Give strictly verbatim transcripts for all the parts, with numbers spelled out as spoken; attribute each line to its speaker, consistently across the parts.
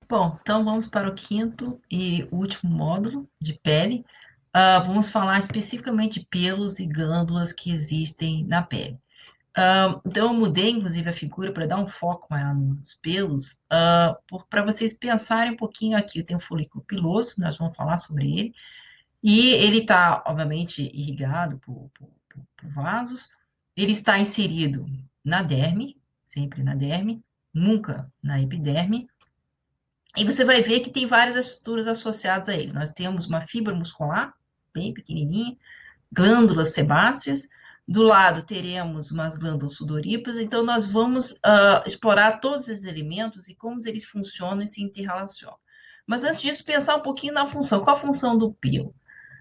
Speaker 1: Bom, então vamos para o quinto e último módulo de pele. Ah, vamos falar especificamente de pelos e glândulas que existem na pele. Ah, então, eu mudei, inclusive, a figura para dar um foco maior nos pelos, para vocês pensarem um pouquinho aqui. Tem o folículo piloso, nós vamos falar sobre ele, e ele está, obviamente, irrigado por, por, por, por vasos. Ele está inserido na derme, sempre na derme, nunca na epiderme. E você vai ver que tem várias estruturas associadas a eles. Nós temos uma fibra muscular, bem pequenininha, glândulas sebáceas. Do lado teremos umas glândulas sudoríparas. Então, nós vamos uh, explorar todos esses elementos e como eles funcionam e se interrelacionam. Mas antes disso, pensar um pouquinho na função. Qual a função do pelo?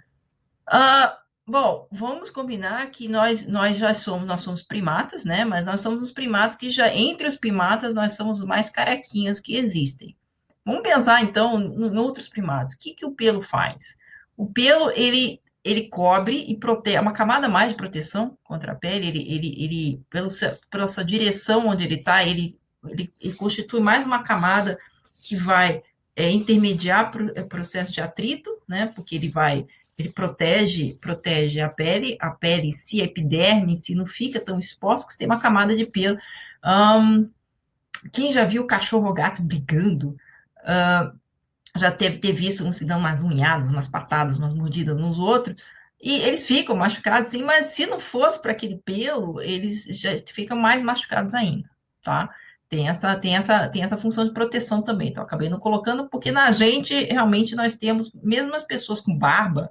Speaker 1: Uh, bom, vamos combinar que nós, nós já somos, nós somos primatas, né? Mas nós somos os primatas que já, entre os primatas, nós somos os mais carequinhas que existem. Vamos pensar, então, em outros primatas. O que, que o pelo faz? O pelo, ele, ele cobre e protege, é uma camada mais de proteção contra a pele, ele, ele, ele pelo, pela sua direção onde ele está, ele, ele, ele constitui mais uma camada que vai é, intermediar o processo de atrito, né? Porque ele vai ele protege, protege a pele, a pele em si, a epiderme em si, não fica tão exposta, porque você tem uma camada de pelo. Um, quem já viu cachorro ou gato brigando, uh, já teve ter visto uns que dão umas unhadas, umas patadas, umas mordidas nos outros, e eles ficam machucados, sim, mas se não fosse para aquele pelo, eles já ficam mais machucados ainda, tá? Tem essa, tem essa, tem essa função de proteção também. Então, acabei não colocando, porque na gente, realmente, nós temos, mesmo as pessoas com barba,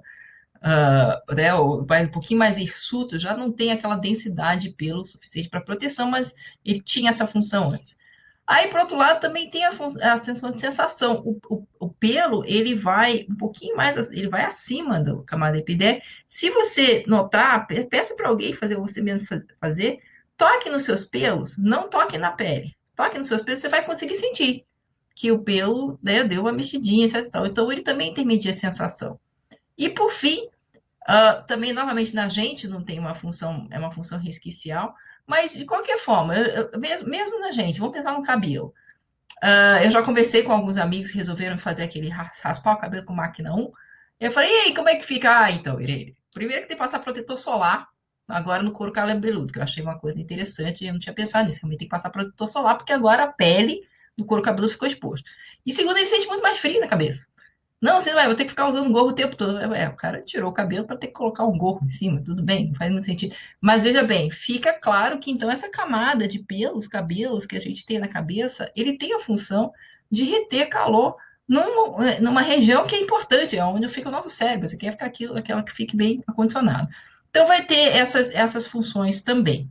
Speaker 1: uh, né, um pouquinho mais hirsuto, já não tem aquela densidade de pelo suficiente para proteção, mas ele tinha essa função antes. Aí, por outro lado, também tem a, a sensação de sensação. O, o, o, pelo, ele vai um pouquinho mais, ele vai acima da camada epidérmica. Se você notar, peça para alguém fazer, você mesmo fazer, toque nos seus pelos, não toque na pele. Toque nos seus pelos, você vai conseguir sentir que o pelo, né, deu uma mexidinha, etcétera. Então, ele também intermedia a sensação. E, por fim, Uh, também, novamente, na gente não tem uma função, é uma função resquicial, mas de qualquer forma, eu, eu, mesmo, mesmo na gente, vamos pensar no cabelo. Uh, eu já conversei com alguns amigos que resolveram fazer aquele raspar o cabelo com máquina um. Eu falei, e aí, como é que fica? Ah, então, Irene, primeiro que tem que passar protetor solar, agora no couro cabeludo, que eu achei uma coisa interessante e eu não tinha pensado nisso. Realmente tem que passar protetor solar, porque agora a pele do couro cabeludo ficou exposta. E segundo, ele sente muito mais frio na cabeça. Não, você não vai, vou ter que ficar usando gorro o tempo todo. É, o cara tirou o cabelo para ter que colocar um gorro em cima, tudo bem, não faz muito sentido. Mas veja bem, fica claro que então essa camada de pelos, cabelos que a gente tem na cabeça, ele tem a função de reter calor num, numa região que é importante, é onde fica o nosso cérebro. Você quer ficar aquilo, aquela que fique bem acondicionado. Então vai ter essas, essas funções também.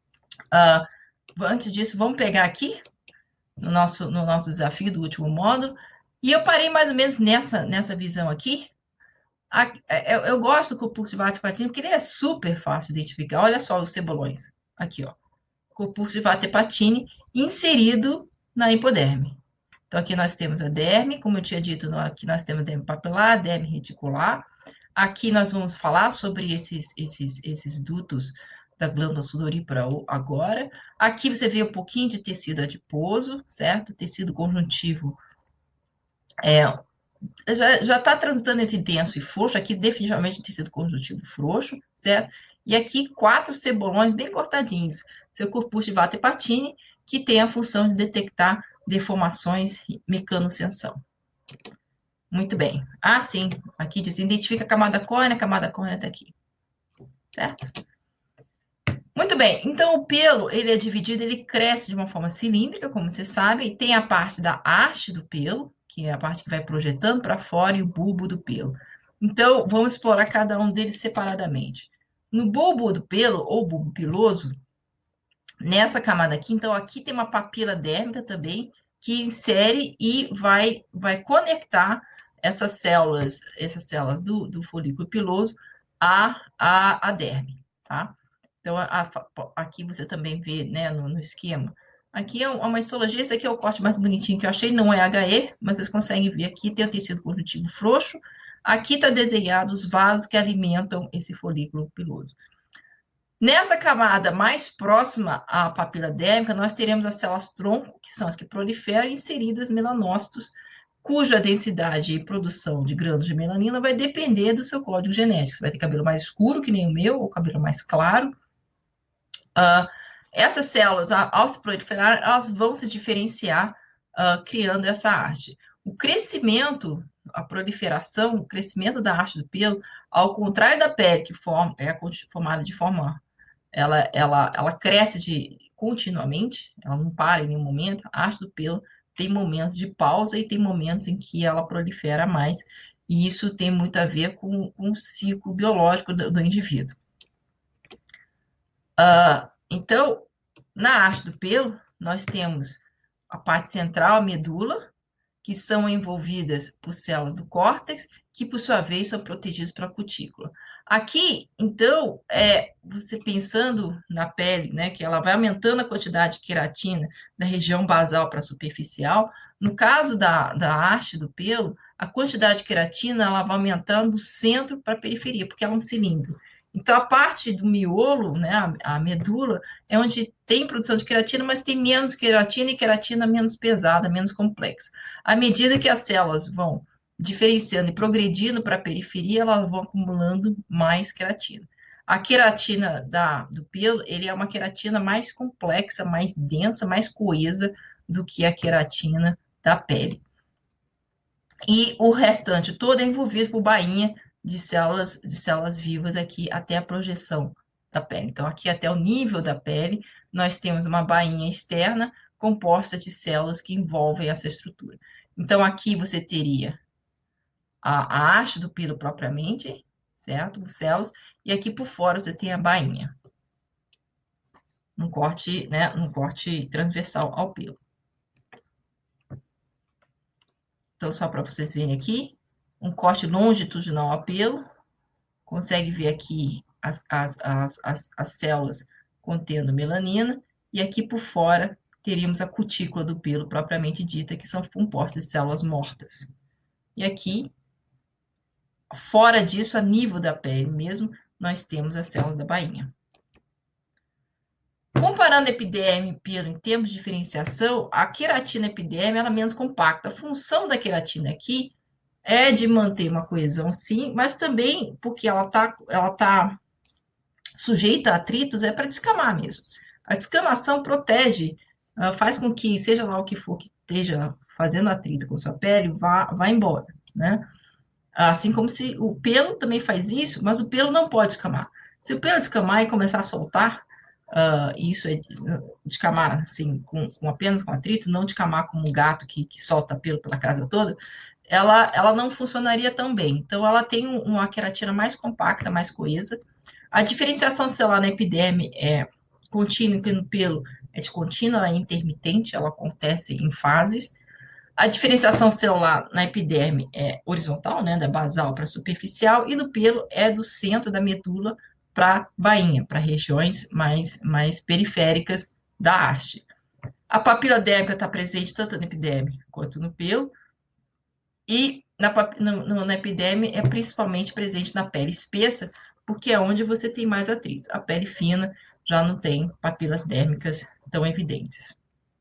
Speaker 1: Uh, antes disso, vamos pegar aqui no nosso, no nosso desafio do último módulo. E eu parei mais ou menos nessa, nessa visão aqui. Eu, eu gosto do Corpúsculo de Vater Patini porque ele é super fácil de identificar. Olha só os cebolões. Aqui, ó. Corpúsculo de Vater Patini inserido na hipoderme. Então, aqui nós temos a derme, como eu tinha dito, aqui nós temos a derme papilar, derme reticular. Aqui nós vamos falar sobre esses, esses, esses dutos da glândula sudorípara agora. Aqui você vê um pouquinho de tecido adiposo, certo? Tecido conjuntivo é, já está transitando entre denso e frouxo, aqui definitivamente tecido conjuntivo frouxo, certo? E aqui quatro cebolões bem cortadinhos, seu corpúsculo de Vater Patini, que tem a função de detectar deformações mecanosensão. Muito bem. Ah, sim, aqui diz, identifica a camada córnea, a camada córnea está aqui, certo? Muito bem, então o pelo, ele é dividido, ele cresce de uma forma cilíndrica, como você sabe, e tem a parte da haste do pelo, que é a parte que vai projetando para fora, e o bulbo do pelo. Então, vamos explorar cada um deles separadamente. No bulbo do pelo, ou bulbo piloso, nessa camada aqui, então aqui tem uma papila dérmica também, que insere e vai, vai conectar essas células, essas células do, do folículo piloso à, à, à derme, tá? Então, a, a, aqui você também vê, né, no, no esquema. Aqui é uma histologia, esse aqui é o corte mais bonitinho que eu achei, não é H E, mas vocês conseguem ver aqui, tem o tecido conjuntivo frouxo. Aqui está desenhado os vasos que alimentam esse folículo piloso. Nessa camada mais próxima à papila dérmica, nós teremos as células tronco, que são as que proliferam, inseridas melanócitos cuja densidade e produção de grãos de melanina vai depender do seu código genético. Você vai ter cabelo mais escuro, que nem o meu, ou cabelo mais claro. Uh, essas células, ao se proliferar, elas vão se diferenciar, uh, criando essa haste. O crescimento, a proliferação, o crescimento da haste do pelo, ao contrário da pele, que forma, é formada de forma... Ela, ela, ela cresce de, continuamente, ela não para em nenhum momento. A haste do pelo tem momentos de pausa e tem momentos em que ela prolifera mais. E isso tem muito a ver com, com o ciclo biológico do, do indivíduo. Uh, então, na haste do pelo, nós temos a parte central, a medula, que são envolvidas por células do córtex, que, por sua vez, são protegidas pela cutícula. Aqui, então, é, você pensando na pele, né, que ela vai aumentando a quantidade de queratina da região basal para a superficial. No caso da, da haste do pelo, a quantidade de queratina ela vai aumentando do centro para a periferia, porque ela é um cilindro. Então, a parte do miolo, né, a, a medula, é onde tem produção de queratina, mas tem menos queratina e queratina menos pesada, menos complexa. À medida que as células vão diferenciando e progredindo para a periferia, elas vão acumulando mais queratina. A queratina da, do pelo, ele é uma queratina mais complexa, mais densa, mais coesa do que a queratina da pele. E o restante todo é envolvido por bainha de células, de células vivas aqui até a projeção da pele. Então, aqui até o nível da pele, nós temos uma bainha externa composta de células que envolvem essa estrutura. Então, aqui você teria a, a haste do pelo propriamente, certo? Os células, e aqui por fora você tem a bainha. Um corte, né? Um corte transversal ao pelo. Então, só para vocês verem aqui, um corte longitudinal ao pelo. Consegue ver aqui as, as, as, as, as células contendo melanina, e aqui por fora teríamos a cutícula do pelo propriamente dita, que são compostas de células mortas. E aqui, fora disso, a nível da pele mesmo, nós temos as células da bainha. Comparando epiderme e pelo em termos de diferenciação, a queratina epiderme ela é menos compacta. A função da queratina aqui é de manter uma coesão, sim, mas também porque ela está ela tá sujeita a atritos, é para descamar mesmo. A descamação protege, faz com que, seja lá o que for que esteja fazendo atrito com sua pele, vá, vá embora, né? Assim como se o pelo também faz isso, mas o pelo não pode descamar. Se o pelo descamar e começar a soltar, uh, isso é descamar assim, com, com apenas com atrito, não descamar como um gato que, que solta pelo pela casa toda, ela, ela não funcionaria tão bem. Então, ela tem uma queratina mais compacta, mais coesa. A diferenciação celular na epiderme é contínua, que no pelo é descontínua, ela é intermitente, ela acontece em fases. A diferenciação celular na epiderme é horizontal, né, da basal para superficial, e no pelo é do centro da medula para bainha, para regiões mais, mais periféricas da haste. A papila dérmica está presente tanto na epiderme quanto no pelo, e na, no, na epiderme é principalmente presente na pele espessa, porque é onde você tem mais atrito. A pele fina já não tem papilas dérmicas tão evidentes.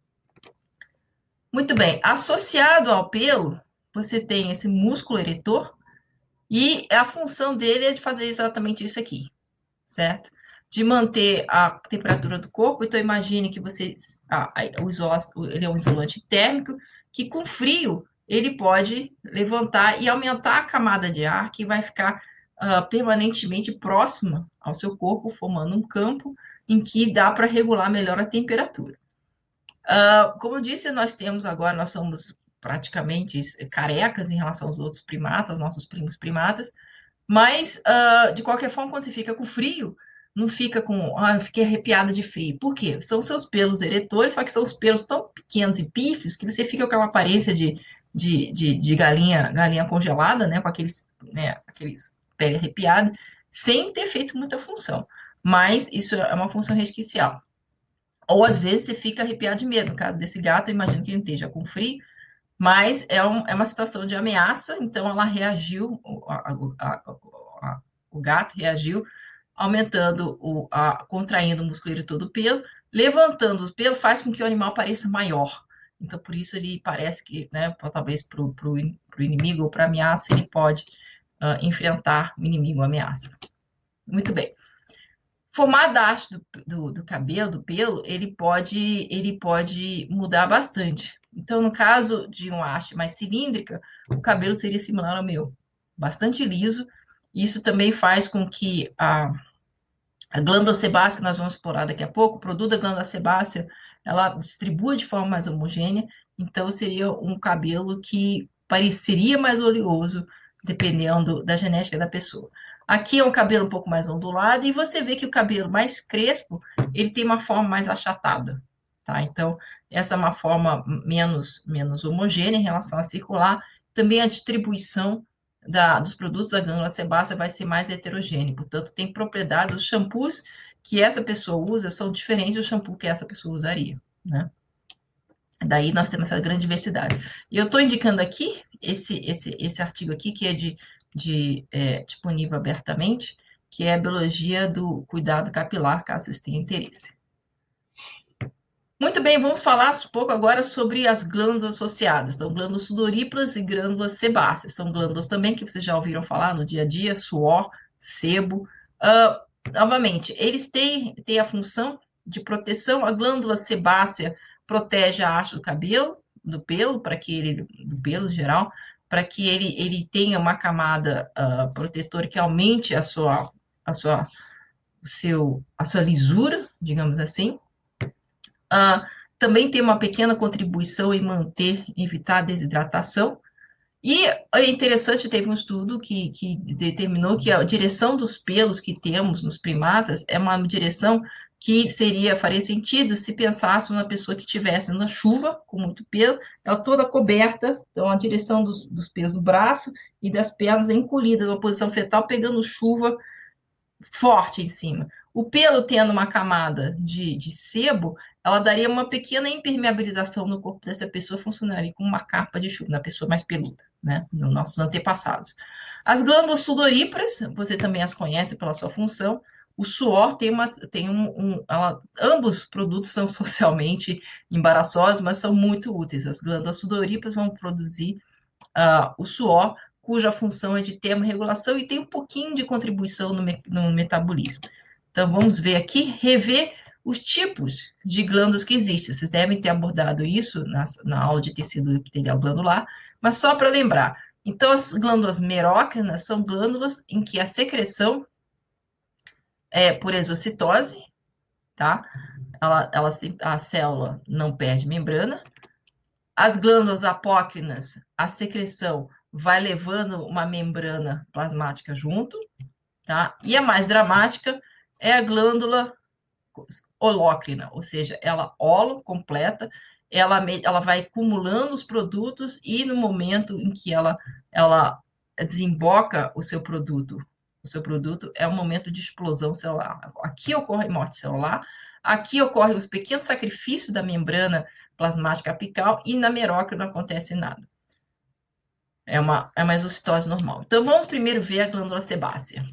Speaker 1: Muito bem, associado ao pelo, você tem esse músculo eretor, e a função dele é de fazer exatamente isso aqui, certo? De manter a temperatura do corpo. Então, imagine que você, ah, o isola, ele é um isolante térmico, que com frio ele pode levantar e aumentar a camada de ar, que vai ficar uh, permanentemente próxima ao seu corpo, formando um campo em que dá para regular melhor a temperatura. Uh, como eu disse, nós temos agora, nós somos praticamente carecas em relação aos outros primatas, nossos primos primatas, mas, uh, de qualquer forma, quando você fica com frio, não fica com, ah, eu fiquei arrepiada de frio. Por quê? São seus pelos eretores, só que são os pelos tão pequenos e pífios que você fica com aquela aparência de, de, de, de galinha, galinha congelada, né, com aqueles, né, aqueles pele arrepiada, sem ter feito muita função. Mas isso é uma função resquicial. Ou às vezes você fica arrepiado de medo. No caso desse gato, eu imagino que ele esteja com frio, mas é, um, é uma situação de ameaça, então ela reagiu, a, a, a, o gato reagiu, aumentando, o, a, contraindo o músculo eretor do pelo, levantando o pelo, faz com que o animal pareça maior. então por isso ele parece que, né, talvez para o inimigo ou para a ameaça, ele pode uh, enfrentar o inimigo ou a ameaça. Muito bem. O formato da haste do, do, do cabelo, do pelo, ele pode, ele pode mudar bastante. Então, no caso de uma haste mais cilíndrica, o cabelo seria similar ao meu, bastante liso. Isso também faz com que a, a glândula sebácea, que nós vamos explorar daqui a pouco, o produto da glândula sebácea, ela distribua de forma mais homogênea, então seria um cabelo que pareceria mais oleoso, dependendo da genética da pessoa. Aqui é um cabelo um pouco mais ondulado, e você vê que o cabelo mais crespo, ele tem uma forma mais achatada, tá? Então, essa é uma forma menos, menos homogênea em relação à circular. Também a distribuição da, dos produtos da glândula sebácea vai ser mais heterogênea, portanto, tem propriedades, os shampoos que essa pessoa usa são diferentes do shampoo que essa pessoa usaria, né? Daí nós temos essa grande diversidade. E eu estou indicando aqui esse, esse, esse artigo aqui, que é, de, de, é disponível abertamente, que é a biologia do cuidado capilar, caso vocês tenham interesse. Muito bem, vamos falar um pouco agora sobre as glândulas associadas. Então, glândulas sudoríparas e glândulas sebáceas. São glândulas também que vocês já ouviram falar no dia a dia, suor, sebo. Uh, novamente, eles têm, têm a função de proteção. A glândula sebácea protege a haste do cabelo, do pelo, para que ele, do pelo em geral, para que ele, ele tenha uma camada uh, protetora que aumente a sua, a sua, o seu, a sua lisura, digamos assim. Uh, também tem uma pequena contribuição em manter, evitar a desidratação. E é interessante, teve um estudo que, que determinou que a direção dos pelos que temos nos primatas é uma direção que seria, faria sentido se pensássemos uma pessoa que estivesse na chuva, com muito pelo, ela toda coberta, então a direção dos, dos pelos do braço e das pernas é encolhida, numa posição fetal, pegando chuva forte em cima. O pelo tendo uma camada de, de sebo, ela daria uma pequena impermeabilização no corpo dessa pessoa, funcionaria como uma capa de chuva na pessoa mais peluda, né? Nos nossos antepassados. As glândulas sudoríparas, você também as conhece pela sua função. O suor tem uma, tem um, um ela, ambos os produtos são socialmente embaraçosos, mas são muito úteis. As glândulas sudoríparas vão produzir uh, o suor, cuja função é de ter uma regulação e tem um pouquinho de contribuição no, me, no metabolismo. Então, vamos ver aqui, rever os tipos de glândulas que existem. Vocês devem ter abordado isso na, na aula de tecido epitelial glandular, mas só para lembrar. Então, as glândulas merócrinas são glândulas em que a secreção é por exocitose, tá? Ela, ela, a célula não perde membrana. As glândulas apócrinas, a secreção vai levando uma membrana plasmática junto, tá? E a mais dramática é a glândula holócrina, ou seja, ela holo, completa, ela, ela vai acumulando os produtos e no momento em que ela, ela desemboca o seu produto, o seu produto é um momento de explosão celular. Aqui ocorre morte celular, aqui ocorre os pequenos sacrifícios da membrana plasmática apical e na merócrina não acontece nada. É uma, é uma exocitose normal. Então, vamos primeiro ver a glândula sebácea.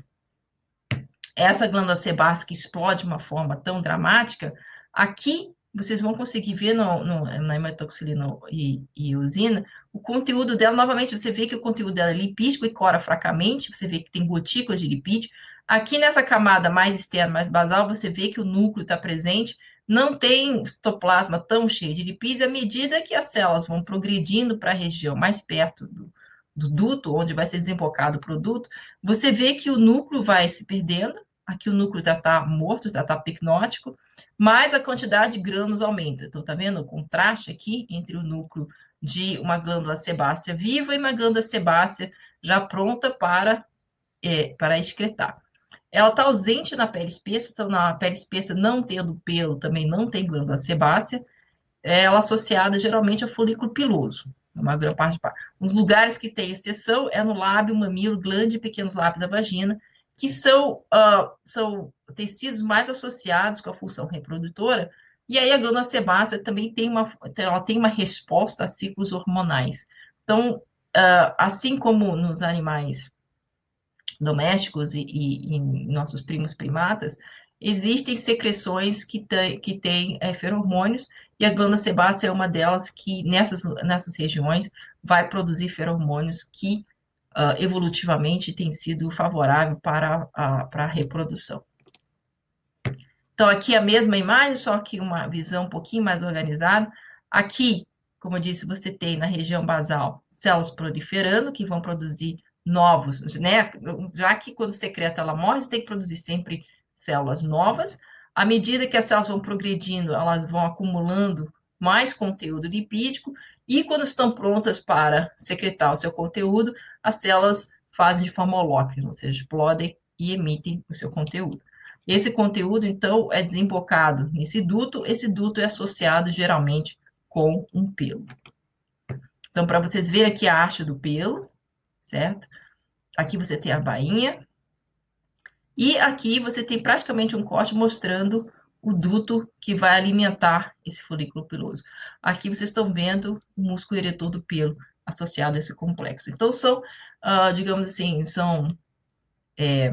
Speaker 1: Essa glândula sebácea que explode de uma forma tão dramática, aqui vocês vão conseguir ver no, no, na hematoxilina e, e usina, o conteúdo dela, novamente, você vê que o conteúdo dela é lipídico e cora fracamente, você vê que tem gotículas de lipídio. Aqui nessa camada mais externa, mais basal, você vê que o núcleo está presente, não tem citoplasma tão cheio de lipídios, à medida que as células vão progredindo para a região mais perto do, do duto, onde vai ser desembocado o produto, você vê que o núcleo vai se perdendo, aqui o núcleo já está morto, já está picnótico, mas a quantidade de grânulos aumenta. Então, tá vendo o contraste aqui entre o núcleo de uma glândula sebácea viva e uma glândula sebácea já pronta para, é, para excretar. Ela está ausente na pele espessa, então na pele espessa não tendo pelo, também não tem glândula sebácea, ela é associada geralmente ao folículo piloso, uma grande parte. Os lugares que tem exceção é no lábio, mamilo, glande e pequenos lábios da vagina, que são, uh, são tecidos mais associados com a função reprodutora, e aí a glândula sebácea também tem uma, ela tem uma resposta a ciclos hormonais. Então, uh, assim como nos animais domésticos e, e, e nossos primos primatas, existem secreções que têm que tem, é, feromônios, e a glândula sebácea é uma delas que, nessas, nessas regiões, vai produzir feromônios que, uh, evolutivamente, tem sido favorável para a, para a reprodução. Então, aqui a mesma imagem, só que uma visão um pouquinho mais organizada. Aqui, como eu disse, você tem na região basal células proliferando, que vão produzir novos, né? Já que quando secreta ela morre, você tem que produzir sempre células novas. À medida que as células vão progredindo, elas vão acumulando mais conteúdo lipídico, e quando estão prontas para secretar o seu conteúdo, as células fazem de forma holócrone, ou seja, explodem e emitem o seu conteúdo. Esse conteúdo, então, é desembocado nesse duto. Esse duto é associado, geralmente, com um pelo. Então, para vocês verem aqui a haste do pelo, certo? Aqui você tem a bainha. E aqui você tem praticamente um corte mostrando o duto que vai alimentar esse folículo piloso. Aqui vocês estão vendo o músculo eretor do pelo associado a esse complexo. Então, são, uh, digamos assim, são... É,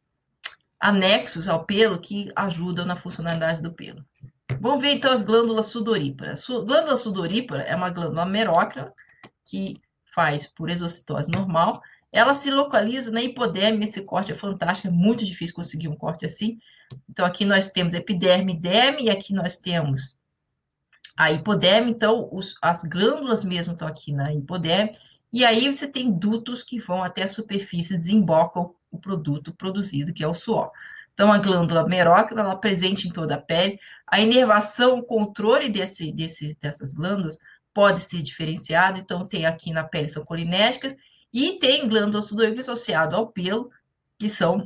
Speaker 1: anexos ao pelo que ajudam na funcionalidade do pelo. Vamos ver então as glândulas sudoríparas. A glândula sudorípara é uma glândula merócrina que faz por exocitose normal. Ela se localiza na hipoderme. Esse corte é fantástico, é muito difícil conseguir um corte assim. Então aqui nós temos epiderme e derme, e aqui nós temos a hipoderme. Então os, as glândulas mesmo estão aqui na hipoderme, e aí você tem dutos que vão até a superfície e desembocam o produto produzido, que é o suor. Então, a glândula merócrina, ela é presente em toda a pele. A inervação, o controle desse, desse, dessas glândulas pode ser diferenciado. Então, tem aqui na pele, são colinérgicas, e tem glândulas sudoríparas associadas ao pelo, que são,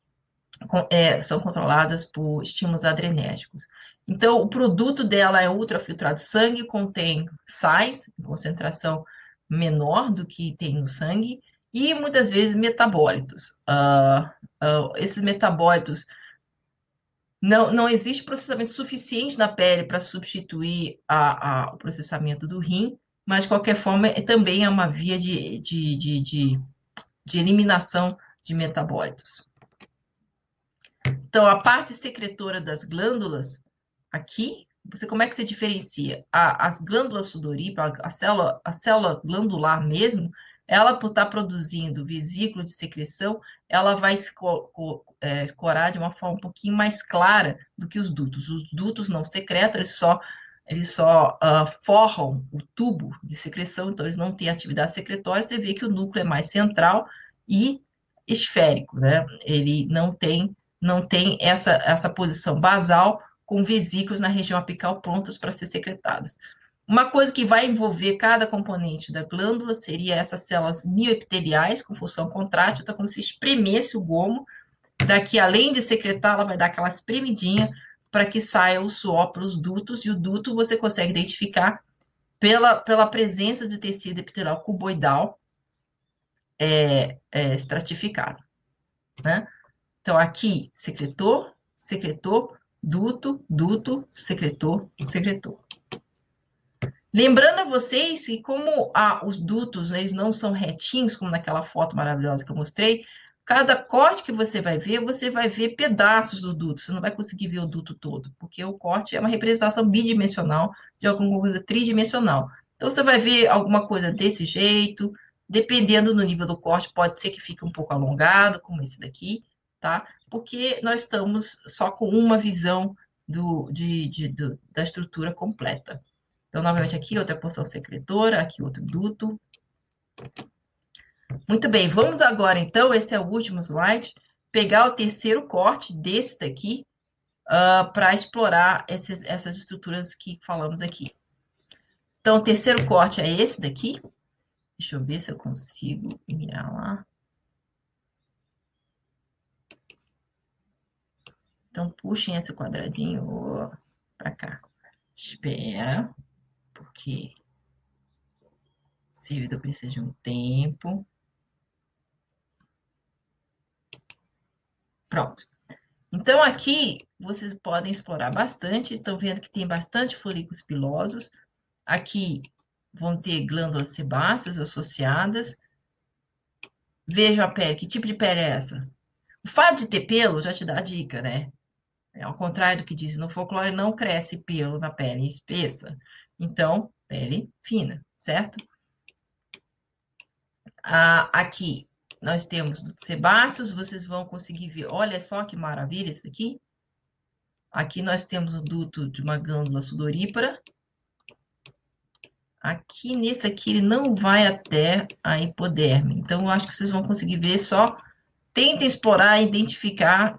Speaker 1: é, são controladas por estímulos adrenérgicos. Então, o produto dela é ultrafiltrado sangue, contém sais, em concentração menor do que tem no sangue, e muitas vezes metabólitos. Uh, uh, esses metabólitos, não, não existe processamento suficiente na pele para substituir a, a, o processamento do rim, mas de qualquer forma é, também é uma via de, de, de, de, de eliminação de metabólitos. Então, a parte secretora das glândulas, aqui, você, como é que você diferencia? A, as glândulas sudoríparas, a célula, a célula glandular mesmo, ela, por estar produzindo vesícula de secreção, ela vai escorar de uma forma um pouquinho mais clara do que os dutos. Os dutos não secretam, eles só, eles só uh, forram o tubo de secreção, então eles não têm atividade secretória. Você vê que o núcleo é mais central e esférico, né? Ele não tem não tem essa, essa posição basal com vesículas na região apical prontas para ser secretadas. Uma coisa que vai envolver cada componente da glândula seria essas células mioepiteliais com função contrátil, então como se espremesse o gomo, daqui além de secretar, ela vai dar aquela espremidinha para que saia o suor pelos dutos, e o duto você consegue identificar pela, pela presença de tecido epitelial cuboidal é, é, estratificado, né? Então, aqui, secretor, secretor, duto, duto, secretor, secretor. Lembrando a vocês que como ah, os dutos, eles não são retinhos, como naquela foto maravilhosa que eu mostrei, cada corte que você vai ver, você vai ver pedaços do duto, você não vai conseguir ver o duto todo, porque o corte é uma representação bidimensional de alguma coisa tridimensional. Então, você vai ver alguma coisa desse jeito, dependendo do nível do corte, pode ser que fique um pouco alongado, como esse daqui, tá? Porque nós estamos só com uma visão do, de, de, do, da estrutura completa. Então, novamente, aqui outra porção secretora, aqui outro duto. Muito bem, vamos agora, então, esse é o último slide, pegar o terceiro corte desse daqui uh, para explorar esses, essas estruturas que falamos aqui. Então, o terceiro corte é esse daqui. Deixa eu ver se eu consigo mirar lá. Então, puxem esse quadradinho para cá. Espera, porque o servidor precisa de um tempo. Pronto. Então, aqui, vocês podem explorar bastante. Estão vendo que tem bastante folículos pilosos. Aqui vão ter glândulas sebáceas associadas. Vejam a pele. Que tipo de pele é essa? O fato de ter pelo já te dá a dica, né? Ao contrário do que diz no folclore, não cresce pelo na pele espessa. Então, pele fina, certo? Ah, aqui nós temos sebáceos, vocês vão conseguir ver. Olha só que maravilha isso aqui. Aqui nós temos o duto de uma glândula sudorípara. Aqui nesse aqui ele não vai até a hipoderme. Então, eu acho que vocês vão conseguir ver só. Tentem explorar e identificar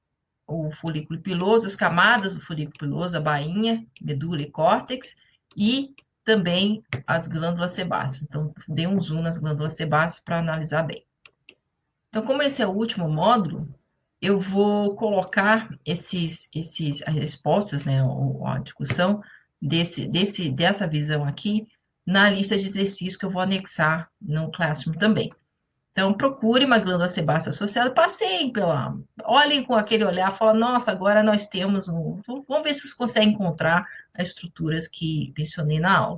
Speaker 1: o folículo piloso, as camadas do folículo piloso, a bainha, medula e córtex, e também as glândulas sebáceas. Então, dê um zoom nas glândulas sebáceas para analisar bem. Então, como esse é o último módulo, eu vou colocar esses, esses as respostas, né, a discussão desse, desse, dessa visão aqui na lista de exercícios que eu vou anexar no Classroom também. Então, procure uma glândula sebácea associada, passeiem pela, olhem com aquele olhar, falem, nossa, agora nós temos um, vamos ver se vocês conseguem encontrar as estruturas que mencionei na aula.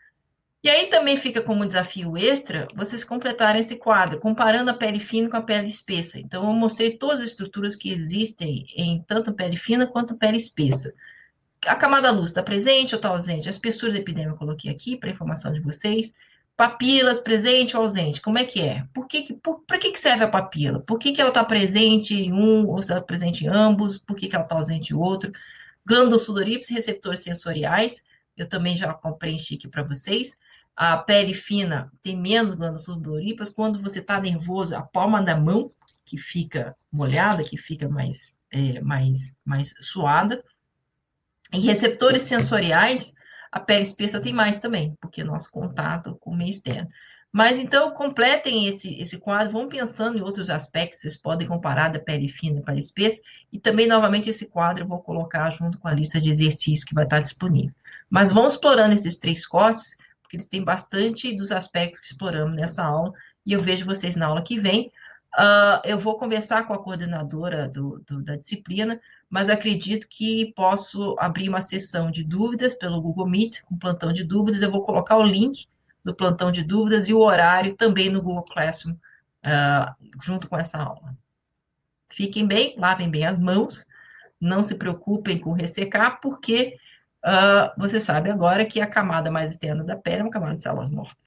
Speaker 1: E aí também fica como desafio extra vocês completarem esse quadro, comparando a pele fina com a pele espessa. Então, eu mostrei todas as estruturas que existem em tanto pele fina quanto pele espessa. A camada luz está presente ou está ausente? A espessura da epidemia eu coloquei aqui para informação de vocês. Papilas, presente ou ausente? Como é que é? Por que, por, para que, que serve a papila? Por que, que ela está presente em um ou se ela está presente em ambos? Por que, que ela está ausente em outro? Glândulos sudoríparos e receptores sensoriais. Eu também já preenchi aqui para vocês. A pele fina tem menos glândulas sudoríparas. Quando você está nervoso, a palma da mão que fica molhada, que fica mais, é, mais, mais suada. Em receptores sensoriais, a pele espessa tem mais também, porque é nosso contato com o meio externo. Mas então, completem esse, esse quadro, vão pensando em outros aspectos, vocês podem comparar da pele fina para a espessa, e também, novamente, esse quadro eu vou colocar junto com a lista de exercícios que vai estar disponível. Mas vão explorando esses três cortes, porque eles têm bastante dos aspectos que exploramos nessa aula, e eu vejo vocês na aula que vem. Uh, eu vou conversar com a coordenadora do, do, da disciplina, mas acredito que posso abrir uma sessão de dúvidas pelo Google Meet, com plantão de dúvidas. Eu vou colocar o link do plantão de dúvidas e o horário também no Google Classroom, uh, junto com essa aula. Fiquem bem, lavem bem as mãos, não se preocupem com ressecar, porque uh, você sabe agora que a camada mais externa da pele é uma camada de células mortas.